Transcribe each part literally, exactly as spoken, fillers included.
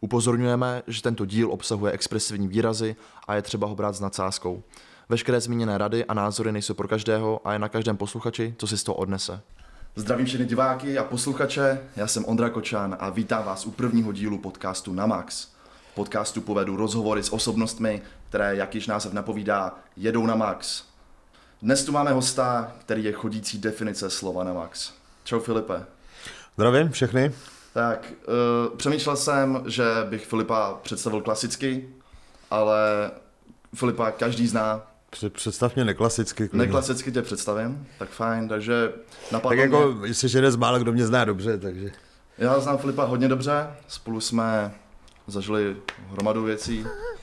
Upozorňujeme, že tento díl obsahuje expresivní výrazy a je třeba ho brát s nadsázkou. Veškeré zmíněné rady a názory nejsou pro každého a je na každém posluchači, co si z toho odnese. Zdravím všechny diváky a posluchače, já jsem Ondra Kočan a vítám vás u prvního dílu podcastu Na Max. V podcastu povedu rozhovory s osobnostmi, které, jak již název napovídá, jedou na max. Dnes tu máme hosta, který je chodící definice slova na max. Čau Filipe. Zdravím všechny. Tak, uh, přemýšlel jsem, že bych Filipa představil klasicky, ale Filipa každý zná. Představ mě neklasicky. Klidně. Neklasicky tě představím, tak fajn, takže napadlo Tak jako, mě... jsi jeden z mála, kdo mě zná dobře, takže... Já znám Filipa hodně dobře, spolu jsme zažili hromadu věcí.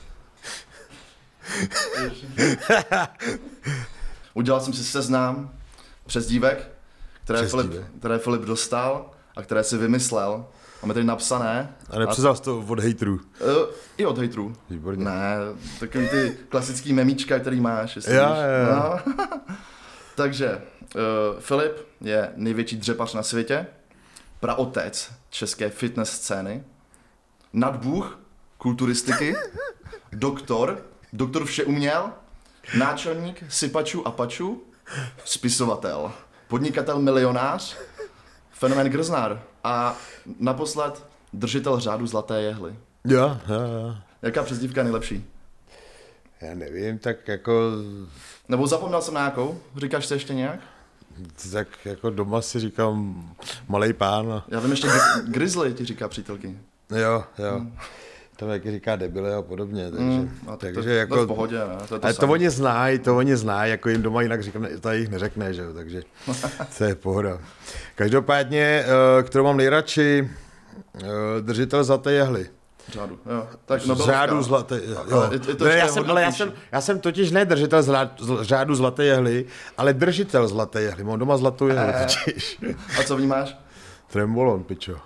Udělal jsem si seznam přezdívek, které, Filip, které Filip dostal a které si vymyslel. Máme tady napsané. A nepřizal jsi to od hejtrů? Uh, I od hejtrů. Výborně. Ne, takový ty klasický memíčka, který máš. Já, já, já. No. Takže, uh, Filip je největší dřepař na světě, praotec české fitness scény, nadbůh kulturistiky, doktor, doktor vše uměl, náčelník sypačů a pačů, spisovatel, podnikatel milionář, fenomén grznár a naposled držitel řádu Zlaté jehly. Jo, jo, jo. Jaká přezdívka je nejlepší? Já nevím, tak jako... Nebo zapomněl jsem na nějakou? Říkáš si ještě nějak? Tak jako doma si říkám malej pán. A... Já vím ještě gr- Grizzly ti říká přítelky. Jo, jo. Hmm. Tam jak říká debile a podobně, takže, mm, a to, takže to, jako... To v pohodě, ne? To je to ale samé. to oni znají, to oni znají, jako jim doma jinak říkám, to jich neřekne, že jo, takže to je pohoda. Každopádně, kterou mám nejradši, držitel Zlaté jehly. Řádu, jo. Tak řádu Zlaté, jo. Ale, je, je to ne, já, jsem, ale já, jsem, já jsem totiž ne držitel zla, zl, řádu Zlaté jehly, ale držitel Zlaté jehly, mám doma zlatou jehlu totiž. A co vnímáš? Trembolon, pičo.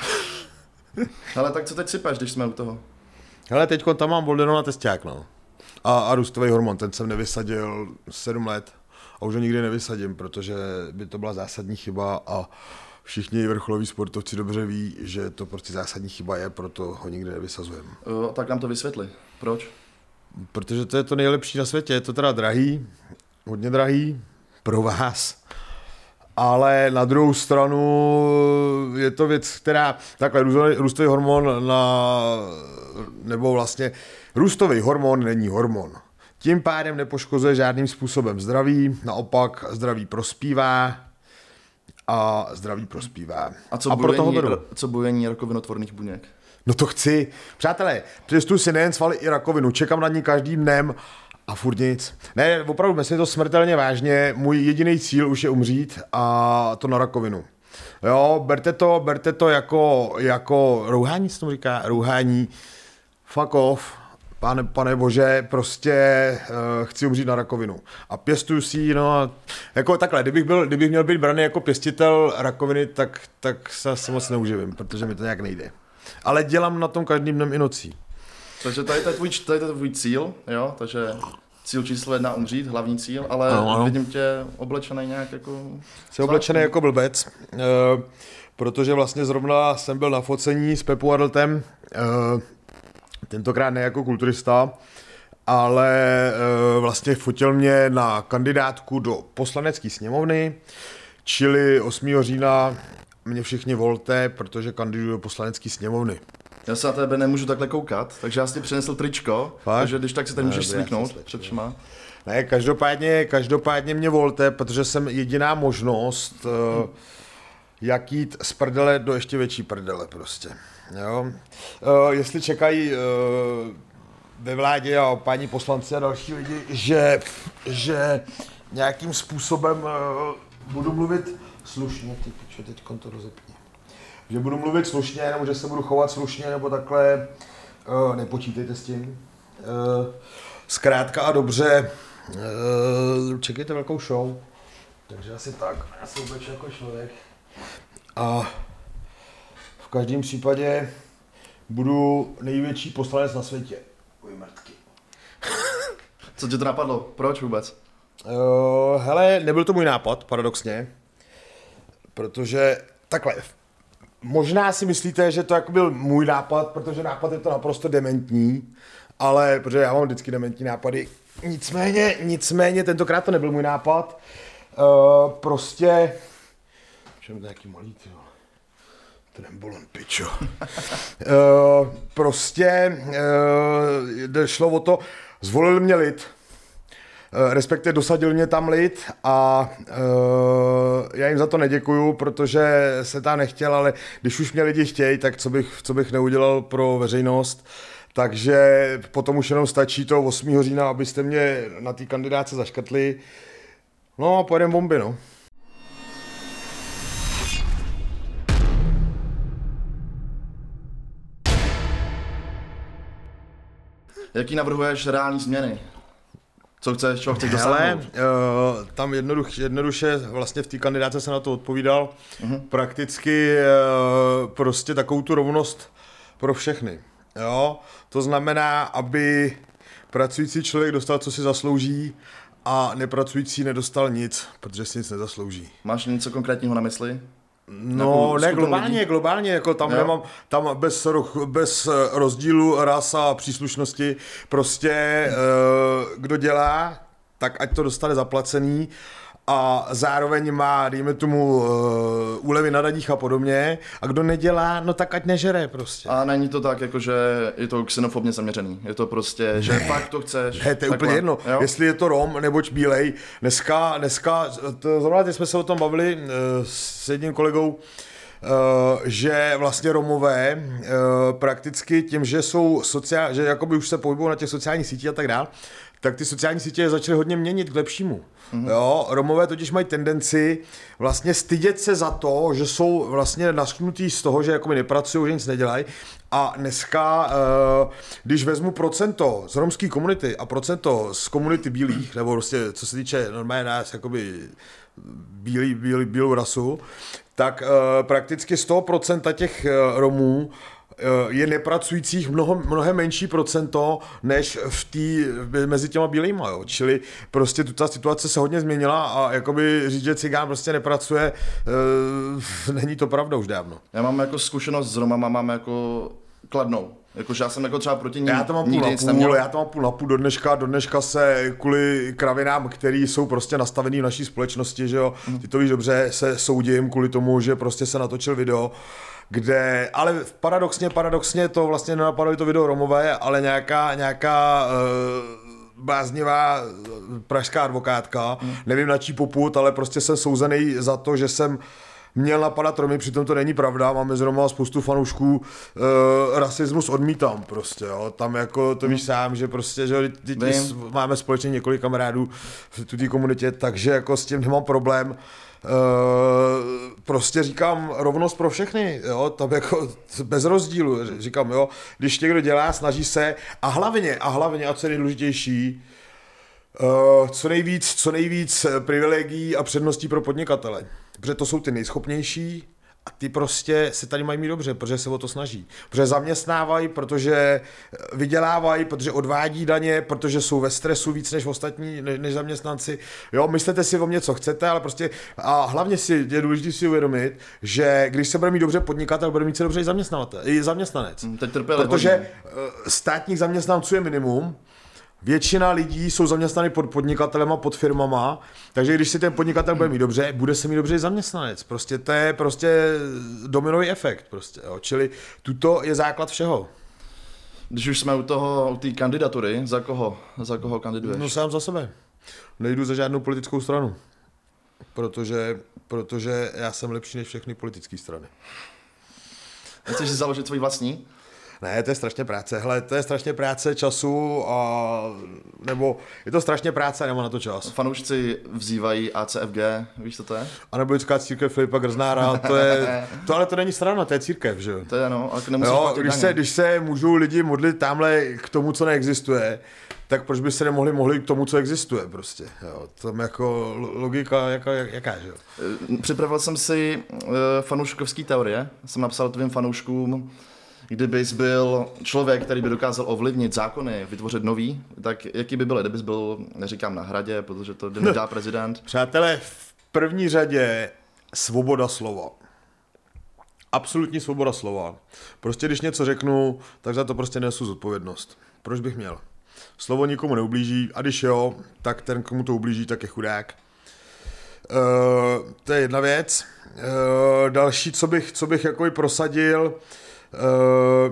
Ale tak co teď sypeš, když jsme u toho? Hele, teďko tam mám Boldenol na tesťák, no. A, a růstový hormon, ten jsem nevysadil sedm let a už ho nikdy nevysadím, protože by to byla zásadní chyba a všichni vrcholoví sportovci dobře ví, že to prostě zásadní chyba je, proto ho nikdy nevysazujeme. Uh, tak nám to vysvětli. Proč? Protože to je to nejlepší na světě, je to teda drahý, hodně drahý, pro vás. Ale na druhou stranu je to věc, která, takhle růstový hormon na, nebo vlastně růstový hormon není hormon. Tím pádem nepoškozuje žádným způsobem zdraví, naopak zdraví prospívá a zdraví prospívá. A co, a bujení, co bujení rakovinotvorných buněk? No to chci. Přátelé, přestuji si nejen svaly i rakovinu, čekám nad ní každým dnem a furt nic. Ne, opravdu myslím to smrtelně vážně, můj jediný cíl už je umřít a to na rakovinu. Jo, berte to, berte to jako, jako rouhání, se tomu říká, rouhání, fuck off, pane, pane bože, prostě uh, chci umřít na rakovinu. A pěstuju si ji, no, jako takhle, kdybych, byl, kdybych měl být braný jako pěstitel rakoviny, tak, tak se asi moc neuživím, protože mi to nějak nejde. Ale dělám na tom každým dnem i nocí. Takže tady to je tvůj, tady to je tvůj cíl, jo, takže cíl číslo jedna umřít, hlavní cíl, ale no, no. vidím tě oblečený nějak jako... Jsem oblečený jako blbec, uh, protože vlastně zrovna jsem byl na focení s Pepou Adltem, uh, tentokrát ne jako kulturista, ale uh, vlastně fotil mě na kandidátku do poslanecké sněmovny, čili osmého října mě všichni volte, protože kandiduju do poslanecké sněmovny. Já se na tebe nemůžu takhle koukat, takže já si přinesl tričko, Fakt? takže když tak si tady můžeš slíknout před všema. Ne, každopádně, každopádně mě volte, protože jsem jediná možnost, uh, jak jít z prdele do ještě větší prdele prostě. Jo? Uh, jestli čekají uh, ve vládě a paní poslanci a další lidi, že, že nějakým způsobem uh, budu mluvit slušně, ty pičo, teďkon to rozepni. Že budu mluvit slušně, nebo že se budu chovat slušně, nebo takhle, uh, nepočítejte s tím. Uh, zkrátka a dobře, uh, čekejte velkou show. Takže asi tak, já se obleču jako člověk. A v každém případě budu největší poslanec na světě. Uj, mrtky. Co tě to napadlo? Proč vůbec? Uh, hele, nebyl to můj nápad, paradoxně. Protože takhle, Možná si myslíte, že to jako byl můj nápad, protože nápad je to naprosto dementní, ale protože já mám vždycky dementní nápady. Nicméně, nicméně tentokrát to nebyl můj nápad. Uh, prostě... Všem nějaký malý, tyjo. Trembolon, pičo. uh, prostě uh, šlo o to, zvolil mě lid. Respektive dosadil mě tam lid a uh, já jim za to neděkuju, protože se tam nechtěl, ale když už mě lidi chtějí, tak co bych, co bych neudělal pro veřejnost. Takže potom už jenom stačí to osmého října, abyste mě na té kandidáce zaškrtli. No a pojedem bomby, no. Jaký navrhuješ reální změny? Co chceš, čeho chceš dosáhnout? Hele, uh, tam jednoduch, jednoduše vlastně v té kandidáce se na to odpovídal. Uh-huh. Prakticky uh, prostě takovou tu rovnost pro všechny. Jo? To znamená, aby pracující člověk dostal, co si zaslouží, a nepracující nedostal nic, protože si nic nezaslouží. Máš něco konkrétního na mysli? No, ne, globálně, globálně, jako tam jo. nemám, tam bez, bez rozdílu ras a příslušnosti, prostě kdo dělá, tak ať to dostane zaplacený a zároveň má, dejme tomu, úlevy na daních a podobně, a kdo nedělá, no tak ať nežere prostě. A není to tak, jako že je to xenofobně zaměřený, je to prostě, že ne, fakt to chceš. Ne, to je úplně jedno, jo? Jestli je to Rom neboť bílej, dneska, dneska, to, zrovna teď jsme se o tom bavili uh, s jedním kolegou, Uh, že vlastně Romové uh, prakticky tím, že jsou sociál, že jakoby už se pohybují na těch sociálních sítích a tak dál, tak ty sociální sítě začaly hodně měnit k lepšímu. Mm-hmm. Jo, Romové totiž mají tendenci vlastně stydět se za to, že jsou vlastně nasknutí z toho, že jakoby nepracují, že nic nedělají. A dneska, uh, když vezmu procento z romské komunity a procento z komunity bílých, nebo prostě co se týče normálně nás, jakoby bílý, bílý, bílou rasu, tak uh, prakticky sto procent těch uh, Romů uh, je nepracujících mnoho, mnohem menší procento než v tý, mezi těma bílejma, jo. Čili prostě ta situace se hodně změnila a jakoby říct, že cigán prostě nepracuje, uh, není to pravda už dávno. Já mám jako zkušenost s Romama, mám jako kladnou. Jakože já jsem jako třeba proti ním já to mám půl na půl, já to mám půl na půl do dneška, do dneška se kvůli kravinám, který jsou prostě nastavený v naší společnosti, že jo, ty to víš dobře, se soudím kvůli tomu, že prostě se natočil video, kde, ale paradoxně, paradoxně to vlastně nenapadlo to video Romové, ale nějaká, nějaká uh, bláznivá pražská advokátka, hmm. nevím na čí popud, ale prostě jsem souzený za to, že jsem měl napadat Romy, přitom to není pravda, máme zrovna spoustu fanoušků, e, rasismus odmítám prostě, jo, tam jako to víš sám, že prostě, že ty, ty, máme společně několik kamarádů v té komunitě, takže jako s tím nemám problém. E, prostě říkám rovnost pro všechny, jo, tam jako bez rozdílu, říkám, jo, když někdo dělá, snaží se a hlavně, a hlavně, a co je nejdůležitější, Uh, co nejvíc, co nejvíc privilegií a předností pro podnikatele. Protože to jsou ty nejschopnější a ty prostě se tady mají mít dobře, protože se o to snaží. Protože zaměstnávají, protože vydělávají, protože odvádí daně, protože jsou ve stresu víc než ostatní, než, než zaměstnanci. Jo, myslete si o mě, co chcete, ale prostě a hlavně si je důležité si uvědomit, že když se bude mít dobře podnikatel, bude mít se dobře i zaměstnavatel, i zaměstnanec. Teď trpěli protože hodně. Státních zaměstnanců je minimum. Většina lidí jsou zaměstnaní pod podnikatelema, pod firmama, takže když si ten podnikatel bude mít dobře, bude se mít dobře i zaměstnanec. Prostě to je prostě dominový efekt. Prostě, jo. Čili tuto je základ všeho. Když už jsme u toho, u té kandidatury, za koho, za koho kandiduješ? No sám za sebe. Nejdu za žádnou politickou stranu, protože, protože já jsem lepší než všechny politické strany. Chceš si založit svůj vlastní? Ne, to je strašně práce. Hele, to je strašně práce času a nebo je to strašně práce a nemá na to čas. Fanoušci vzývají A C F G, víš, co to je? Anabolická církev Filipa Grznára, to je, to ale to není strana, to je církev, že jo? To je no, ale nemusíš jo, když se, když se můžou lidi modlit tamhle k tomu, co neexistuje, tak proč by se nemohli mohli k tomu, co existuje prostě, jo? Tam jako logika, jaká, jaká, že jo? Připravil jsem si uh, fanouškovský teorie, jsem napsal tvým fanouškům, kdybys byl člověk, který by dokázal ovlivnit zákony, vytvořit nový, tak jaký by byl, kdybys byl, neříkám na hradě, protože to nedá prezident. Přátelé, v první řadě svoboda slova. absolutní svoboda slova. Prostě když něco řeknu, tak za to prostě nesu zodpovědnost. Proč bych měl? Slovo nikomu neublíží a když jo, tak ten, komu to ublíží, tak je chudák. Uh, to je jedna věc. Uh, další, co bych, co bych jako i prosadil, uh,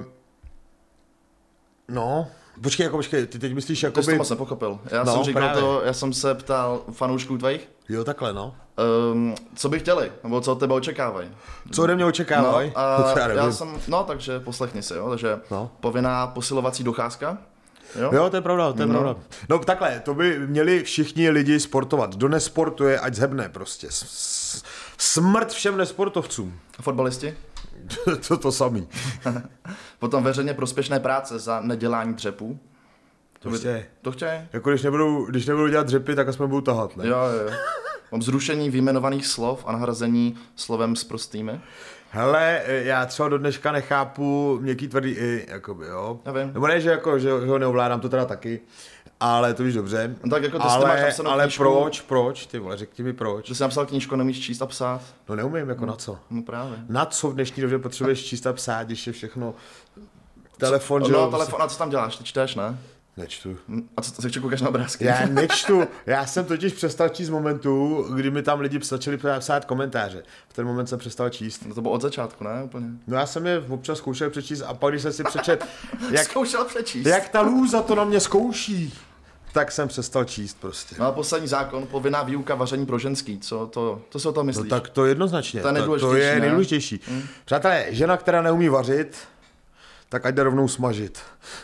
no, počkej, jako počkej, ty teď myslíš jako Ty jsi to moc nepochopil. Já No, jsem říkal právě. to, já jsem se ptal fanoušků tvojich, Jo, takhle, no. um, co by chtěli, nebo co od tebe očekávají. Co ode mě očekávají? No, a To já já, nevím. jsem, no takže poslechni si, jo, takže No. povinná posilovací docházka, jo. Jo, to je pravda, to je No. pravda. No takhle, to by měli všichni lidi sportovat. Kdo nesportuje, ať zhebne prostě. S- s- Smrt všem nesportovcům. Fotbalisti, To to samý. potom veřejně prospěšné práce za nedělání dřepů. To by- chtějí. To chtějí? Jako když nebudou, když nebudou dělat dřepy, tak aspoň budou tahat, ne? Jo, jo, jo. Mám zrušení vyjmenovaných slov a nahrazení slovem s prostými. Hele, já třeba do dneška nechápu měkký tvrdý i, jakoby, jo. Já vím. Nebo ne, že, jako, že ho neovládám, to teda taky, ale to víš dobře. No tak jako to ale, ty máš napsanou ale knížku. proč, proč, ty vole, řekni mi proč. Že jsi napsal knížku, nemíš číst a psát. No neumím, jako na co. No právě. Na co v dnešní době potřebuješ číst a psát, když je všechno telefon, že No, jo? telefon, a co tam děláš? Ty čteš, ne? Nečtu. Hm, A co to se koukáš na obrázky? Já nečtu, já jsem totiž přestal číst z momentu, kdy mi tam lidi začali psát komentáře. V ten moment jsem přestal číst. No to bylo od začátku, ne? Úplně. No já jsem je občas zkoušel přečíst a pak když jsem si přečet, jak, Zkoušel přečíst. jak ta lůza to na mě zkouší, tak jsem přestal číst prostě. No a poslední zákon, povinná výuka vaření pro ženský. Co to, to si o tom No myslíš? tak to jednoznačně, To je to, to nejdůležitější, je ne? nejdůležitější. Hmm. Přátelé, žena, která neumí vařit, tak ať jde rovnou smažit.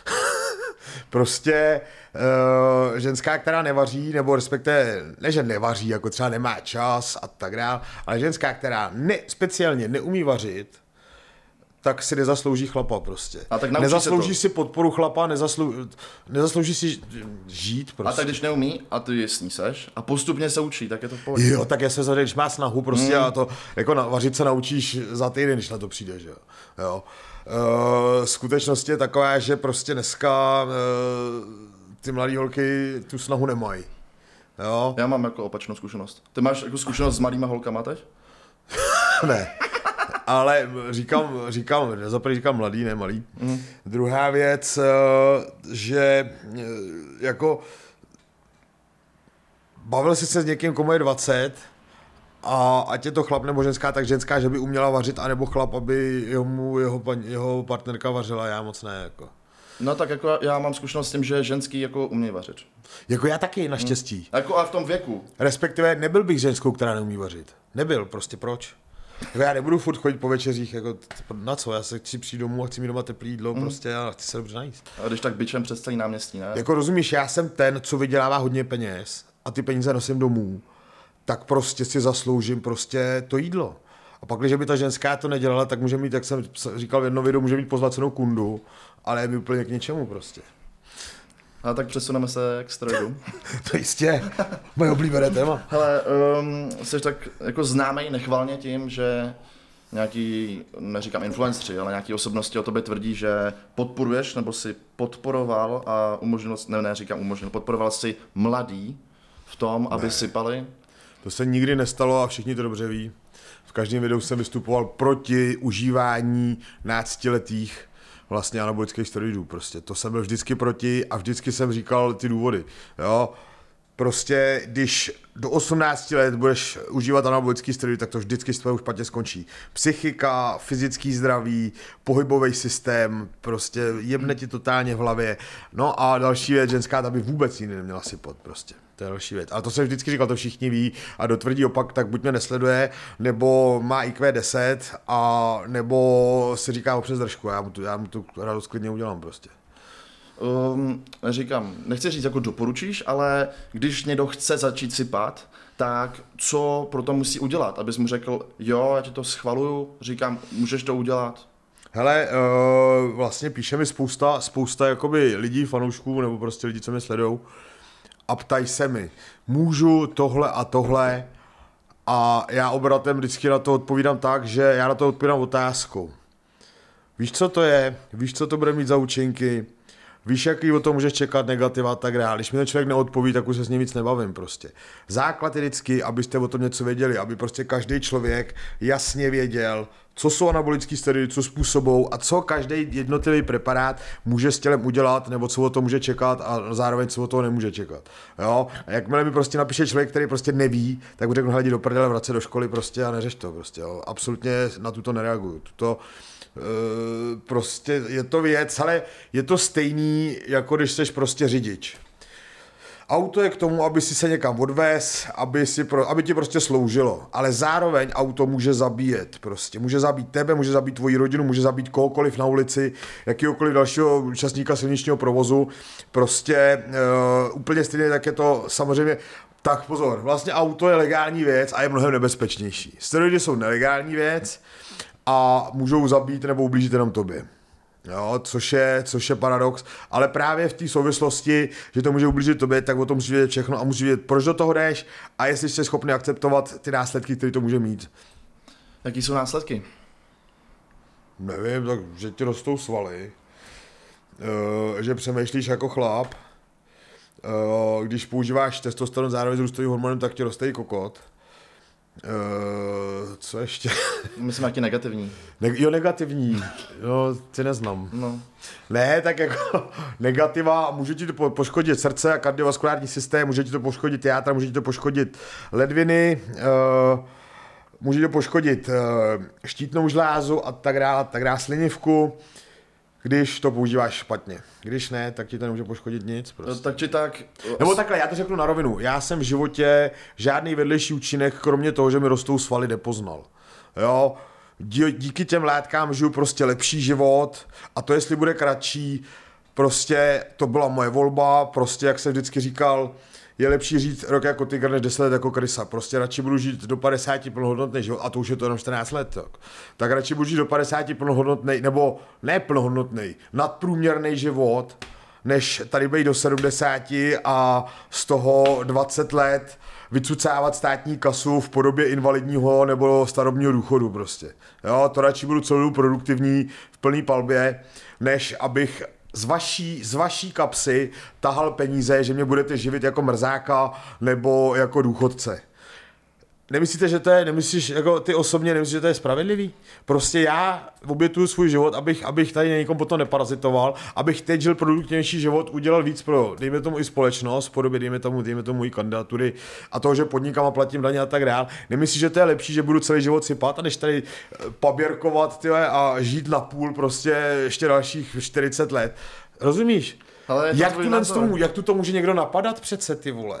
Prostě uh, ženská, která nevaří, nebo respektive, ne, že nevaří, jako třeba nemá čas a tak dále, ale ženská, která ne, speciálně neumí vařit, tak si nezaslouží chlapa prostě. A tak naučí nezaslouží se si podporu chlapa, nezaslou, nezaslouží si žít A prostě. tak když neumí a ty s ní seš a postupně se učí, tak je to v pohodě. Jo, tak já se zadej, když má snahu prostě hmm. a to, jako na, vařit se naučíš za týden, když na to přijde, že jo. jo. Uh, skutečnost je taková, že prostě dneska uh, ty mladý holky tu snahu nemají. Jo? Já mám jako opačnou zkušenost. Ty máš jako zkušenost s malýma holkama teď? Ne. Ale říkám, říkám, zaprvé říkám mladý, ne malý. Mm. Druhá věc, že jako bavil jsi se s někým, komu je dvacet, a ať je to chlap nebo ženská, tak ženská, že by uměla vařit, anebo chlap, aby jeho, jeho, jeho partnerka vařila, já moc ne. Jako. No tak jako já mám zkušenost s tím, že ženský jako umějí vařit. Jako já taky, naštěstí. Hmm. Jako a v tom věku. Respektive nebyl bych ženskou, která neumí vařit. Nebyl, prostě proč? Jako já nebudu furt chodit po večeřích, jako na co, já se chci přijít domů a chci mít doma teplý jídlo, mm. prostě a chci se dobře najíst. A když tak bičem přes celý náměstí, ne? Jako rozumíš, já jsem ten, co vydělává hodně peněz a ty peníze nosím domů, tak prostě si zasloužím prostě to jídlo. A pak, když by ta ženská to nedělala, tak může mít, jak jsem říkal v jednom videu, může mít pozlacenou kundu, ale je mi úplně k něčemu prostě. A tak přesuneme se k steroidům. To jistě, moje oblíbené téma. Hele, um, jsi tak jako známej nechvalně tím, že nějaký, neříkám influenceri, ale nějaký osobnosti o tobě tvrdí, že podporuješ, nebo si podporoval a umožnil, ne, ne, říkám umožnil, podporoval si mladý v tom, aby Ne. sypali. To se nikdy nestalo a všichni to dobře ví. V každém videu jsem vystupoval proti užívání náctiletých vlastně anabolických steroidů. Prostě. To jsem byl vždycky proti a vždycky jsem říkal ty důvody. Jo? Prostě když do osmnácti let budeš užívat anabolický steroid, tak to vždycky s tvojou špatně skončí. Psychika, fyzický zdraví, pohybový systém, prostě jebne ti totálně v hlavě. No a další věc, ženská ta by vůbec nikdy neměla sypat prostě. To je další věc. Ale to jsem vždycky říkal, to všichni ví a do tvrdí opak, tak buď mě nesleduje, nebo má í kvé deset, a nebo si říká přes držku. Já mu tu, já mu tu radost klidně udělám prostě. Um, říkám, nechci říct jako doporučíš, ale když někdo chce začít sypat, tak co pro to musí udělat, abys mu řekl, jo, já ti to schvaluju, říkám, můžeš to udělat. Hele, uh, vlastně píše mi spousta, spousta jakoby lidí, fanoušků, nebo prostě lidí, co mě sledujou, a ptají se mi, můžu tohle a tohle, a já obratem vždycky na to odpovídám tak, že já na to odpovídám otázkou. Víš, co to je? Víš, co to bude mít za účinky? Víš, jaký o tom můžeš čekat negativa a tak dále. Když mi ten člověk neodpoví, tak už se s ním víc nebavím prostě. Základ je vždycky, abyste o tom něco věděli, aby prostě každý člověk jasně věděl, co jsou anabolické steroidy, co způsobou a co každý jednotlivý preparát může s tělem udělat, nebo co o to může čekat a zároveň co o toho nemůže čekat. Jo? A jakmile mi prostě napíše člověk, který prostě neví, tak mu řeknu, hledí do prdele, vrace do školy prostě a neřeš to prostě. Jo? Absolutně na tuto nereaguju. Tuto, e, prostě je to věc, ale je to stejný, jako když jsi prostě řidič. Auto je k tomu, aby si se někam odvez, aby, si pro, aby ti prostě sloužilo, ale zároveň auto může zabíjet prostě. Může zabít tebe, může zabít tvoji rodinu, může zabít kohokoliv na ulici, jakýhokoliv dalšího účastníka silničního provozu. Prostě uh, úplně stejně tak je to samozřejmě. Tak pozor, vlastně auto je legální věc a je mnohem nebezpečnější. Steroidy jsou nelegální věc a můžou zabít nebo ublížit jenom tobě. Jo, což je, což je paradox, ale právě v té souvislosti, že to může ublížit tobě, tak o tom musíš vědět všechno a musíš vědět, proč do toho jdeš a jestli jsi schopný akceptovat ty následky, které to může mít. Jaký jsou následky? Nevím, tak, že ti rostou svaly, uh, že přemýšlíš jako chlap, uh, když používáš testosteron zároveň s růstovým hormonem, tak ti roste i kokot. Uh, co ještě? Myslím, jaký negativní. Ne- jo, negativní. Jo, ty neznám. No. Ne, tak jako negativa, může ti to po- poškodit srdce a kardiovaskulární systém, může ti to poškodit játra, může ti to poškodit ledviny, uh, může ti to poškodit uh, štítnou žlázu a tak dále, a tak dále, slinivku, když to používáš špatně. Když ne, tak ti to nemůže poškodit nic. Prostě. Tak či tak... Nebo takhle, já to řeknu na rovinu. Já jsem v životě žádný vedlejší účinek, kromě toho, že mi rostou svaly, nepoznal. Jo, díky těm látkám žiju prostě lepší život a to, jestli bude kratší, prostě to byla moje volba, prostě jak jsem vždycky říkal, je lepší žít rok jako tygr než deset let jako krysa. Prostě radši budu žít do padesáti plnohodnotný život, a to už je to jenom čtrnáct let. Tak, tak radši budu žít do padesáti plnohodnotný, nebo ne plnohodnotný, nadprůměrný život, než tady být do sedmdesáti a z toho dvacet let vycucávat státní kasu v podobě invalidního nebo starobního důchodu prostě. Jo, to radši budu celou produktivní v plný palbě, než abych z vaší, z vaší kapsy tahal peníze, že mě budete živit jako mrzáka nebo jako důchodce. Nemyslíte, že to je, nemyslíš, jako ty osobně nemyslíš, že to je spravedlivý? Prostě já obětuju svůj život, abych, abych tady někom potom neparazitoval, abych teď žil produktivnější život, udělal víc pro, dejme tomu i společnost, v podobě, dejme tomu, dejme tomu i kandidatury a toho, že podnikám a platím daně a tak dál. Nemyslíš, že to je lepší, že budu celý život sypat a než tady paběrkovat tyhle, a žít na půl prostě ještě dalších čtyřicet let? Rozumíš? Ale jak, tu tomu, jak tu to může někdo napadat přece, ty vole?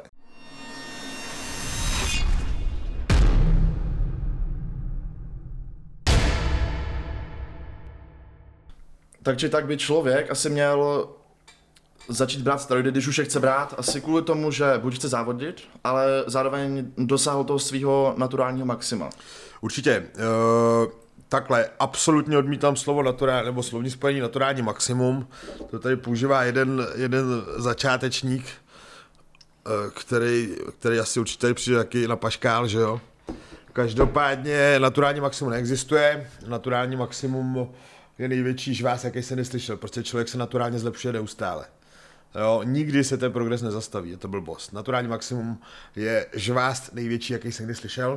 Takže tak by člověk asi měl začít brát steroidy, když už je chce brát, asi kvůli tomu, že buď chce závodit, ale zároveň dosáhl toho svého naturálního maxima. Určitě. Uh, takhle, absolutně odmítám slovo naturální, nebo slovní spojení naturální maximum. To tady používá jeden, jeden začátečník, uh, který, který asi určitě přijde taky na paškál, že jo. Každopádně naturální maximum neexistuje. Naturální maximum je největší žvás, jaký jsem neslyšel. Prostě člověk se naturálně zlepšuje neustále. Jo, nikdy se ten progres nezastaví, je to blbost. Naturální maximum je žvás největší, jaký jsem kdy slyšel.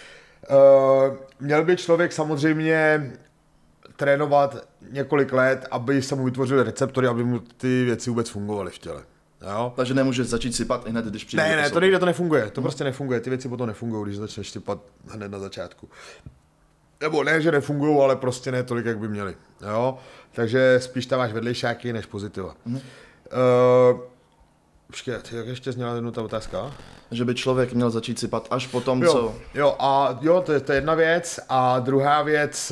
Uh, měl by člověk samozřejmě trénovat několik let, aby se mu vytvořily receptory, aby mu ty věci vůbec fungovaly v těle. Jo? Takže nemůže začít sypat i hned, když přijde. Ne, ne, to nejde, to nefunguje, to hmm. prostě nefunguje, ty věci potom nefungují, když začneš sypat hned na začátku. Nebo ne, že nefungují, ale prostě ne tolik, jak by měli. Jo? Takže spíš tam máš vedlejšáky než pozitiva. Hmm. Uh, počkej, jak ještě zněla jednou ta otázka? Že by člověk měl začít sypat až potom, jo, co... Jo, a jo, to je, to je jedna věc. A druhá věc,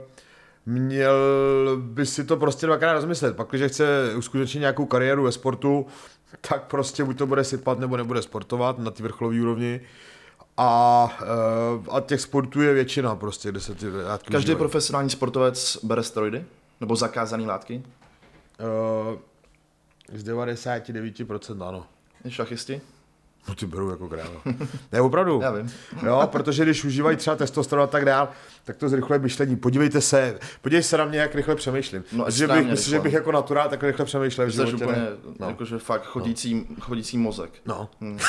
měl by si to prostě dvakrát rozmyslet. Pak, když chce uskutečnit nějakou kariéru ve sportu, tak prostě buď to bude sypat, nebo nebude sportovat na ty vrcholové úrovni. A, a těch sportů je většina prostě, kde se ty látky Každý užívají. profesionální sportovec bere steroidy? Nebo zakázané látky? Uh, z devadesát devět procent ano. Je šachisti? No ty berou jako kráva. Ne, opravdu. Já vím. Jo, protože když užívají třeba testosteron a tak dál, tak to zrychluje myšlení. Podívejte se, podívej se na mě, jak rychle přemýšlím. No, Myslím, že bych, myslím, že bych jako naturál tak rychle přemýšlel v Jsi životě. úplně, no. jakože fakt chodící, no. chodící mozek. No. Hmm.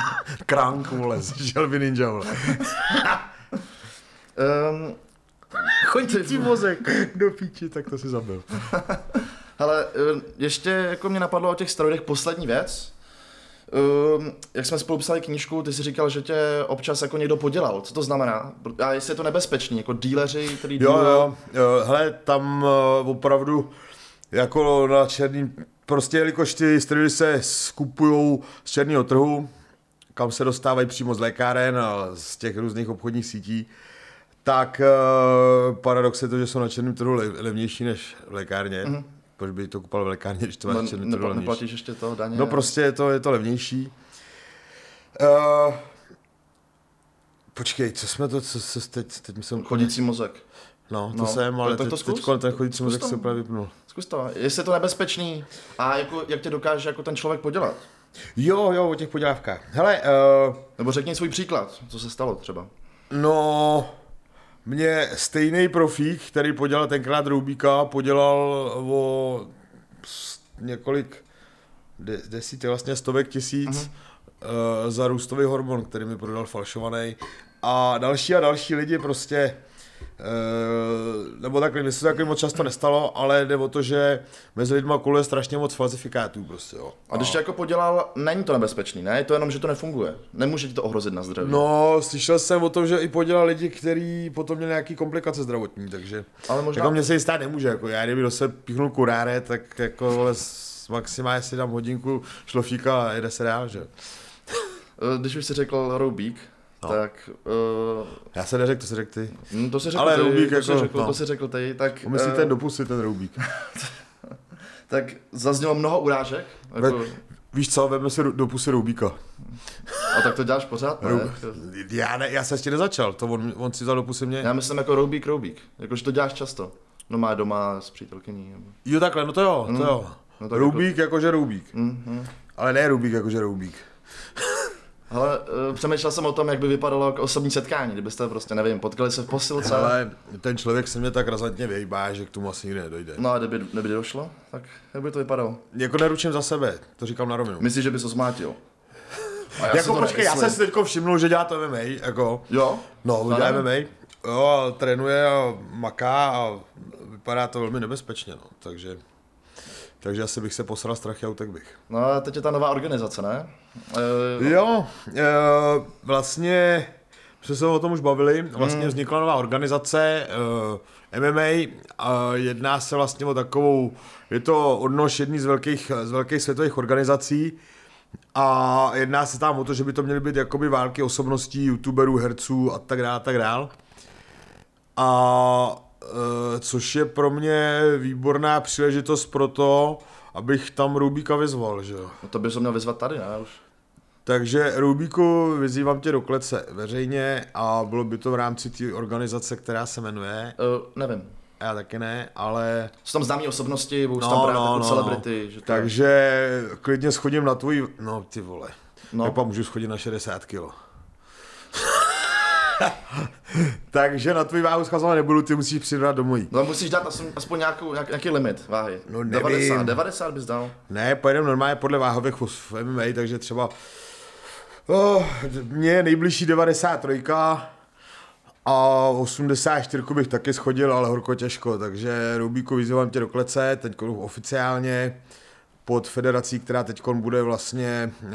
Kránk, vole, želvy ninja, vole. um, chodící mozek, do píči, tak to si zabil. Hele, ještě jako mě napadlo o těch steroidech poslední věc. Um, jak jsme spolu psali knížku, ty jsi říkal, že tě občas jako někdo podělal. Co to znamená? A jestli je to nebezpečný, jako díleři, který Jo, dílujou... jo, jo, hele, tam uh, opravdu jako na černým, prostě jelikož ty steroidy se skupujou z černého trhu, kam se dostávají přímo z lékáren a z těch různých obchodních sítí, tak uh, paradox je to, že jsou na černém trhu lev, levnější než v lékárně. Mm-hmm. Proč by to kupoval v lékárně, když to máš na černém trhu Nepl- levnější? Neplatíš ještě to daně? No prostě je to, je to levnější. Uh, počkej, co jsme to, co se teď, teď myslím... Chodící mozek. No, to No, jsem, ale tak to teď, zkus. teď ten chodící Zkus mozek to. se právě vypnul. Zkus to. Jestli je to nebezpečný a jako, jak tě dokáže jako ten člověk podělat? Jo, jo, o těch podělávkách. Hele, uh, Nebo řekni svůj příklad, co se stalo třeba. no, mě stejný profík, který podělal tenkrát Rubíka, podělal o s- několik de, desítek, vlastně stovek tisíc uh-huh. uh, za růstový hormon, který mi prodal falšovaný. A další a další lidi prostě, uh, nebo takhle, mně se to takový moc často nestalo, ale jde o to, že mezi lidma koluje strašně moc falzifikátů prostě, jo. A když tě jako podělal, není to nebezpečný, ne? Je to jenom, že to nefunguje. Nemůže ti to ohrozit na zdraví. No, slyšel jsem o tom, že i podělal lidi, kteří potom měli nějaký komplikace zdravotní, takže Ale možná... jako mě se jí stát nemůže, jako já kdyby do sebe píchnul kuráre, tak jako vole, s- maximálně si dám hodinku šlofíka a jede se dál, že? Eh, Když už jsi řekl Roubík, No. tak... Uh, Já se neřekl, to se řekl ty. to si řekl Ale ty, Roubík to jako, si řekl, no. to si řekl ty, tak... Pomyslí eh, ten do pusy, ten Roubík. Tak zaznělo mnoho urážek. Jako, Víš co, veme si do pusy Roubíka. a tak to děláš pořád, ne? Já, ne, já se ještě nezačal, to on, on si vzal do pusy mě. Já myslím jako Roubík, Roubík. Jakože to děláš často. No má doma s přítelkyní. Nebo... Jo takhle, no to jo, Mm. to jo. No tak Roubík jako... jakože Roubík. Mm-hmm. Ale ne Roubík jakože Roubík. Ale uh, přemýšlel jsem o tom, jak by vypadalo jako osobní setkání, kdybyste prostě, nevím, potkali se v posilce. Ale ten člověk se mě tak razantně vyhýbá, že k tomu asi nikdy nedojde. No a kdyby, kdyby došlo, tak jak by to vypadalo? Jako neručím za sebe, to říkám na rovinu. Myslíš, že bys ho zmátil? A já si Jako to počkej, já nemyslím. jsem si teďko všimnul, že dělá to M M A, jako. Jo? No, No, dělá ne? M M A. Jo, a trénuje a maká a vypadá to velmi nebezpečně, no, takže... Takže asi bych se posral strachy a utek bych. No a teď je ta nová organizace, ne? E, Jo, e, vlastně, jsme se o tom už bavili, vlastně Hmm. vznikla nová organizace e, M M A a jedná se vlastně o takovou, je to odnož jedný z velkých, z velkých světových organizací a jedná se tam o to, že by to měly být jakoby války osobností, youtuberů, herců a tak dále, a tak dále. A e, což je pro mě výborná příležitost pro to, abych tam Rubíka vyzval, že jo. no to bys ho měl vyzvat tady, ne? Už. Takže Rubíku, vyzývám tě do klece veřejně a bylo by to v rámci té organizace, která se jmenuje, E, nevím. já taky ne, ale... Jsou tam známý osobnosti, budou No, tam brát no, jako no, celebrity. Že to... Takže klidně schodím na tvůj, no ty vole, No. tak pak můžu schodit na šedesát kilo. Takže na tvůj váhu schazovat nebudu, ty musíš přidat do mojí. No musíš dát aspoň, aspoň nějakou, nějak, nějaký limit váhy. No, nevím. devadesát, devadesát bys dal. Ne, pojedeme normálně podle váhovek v M M A, takže třeba oh, mě je nejbližší devadesát tři a osmdesát čtyři bych taky schodil, ale horko těžko, takže Rubíku, vyzývám tě do klece, teď oficiálně pod federací, která teď bude vlastně e,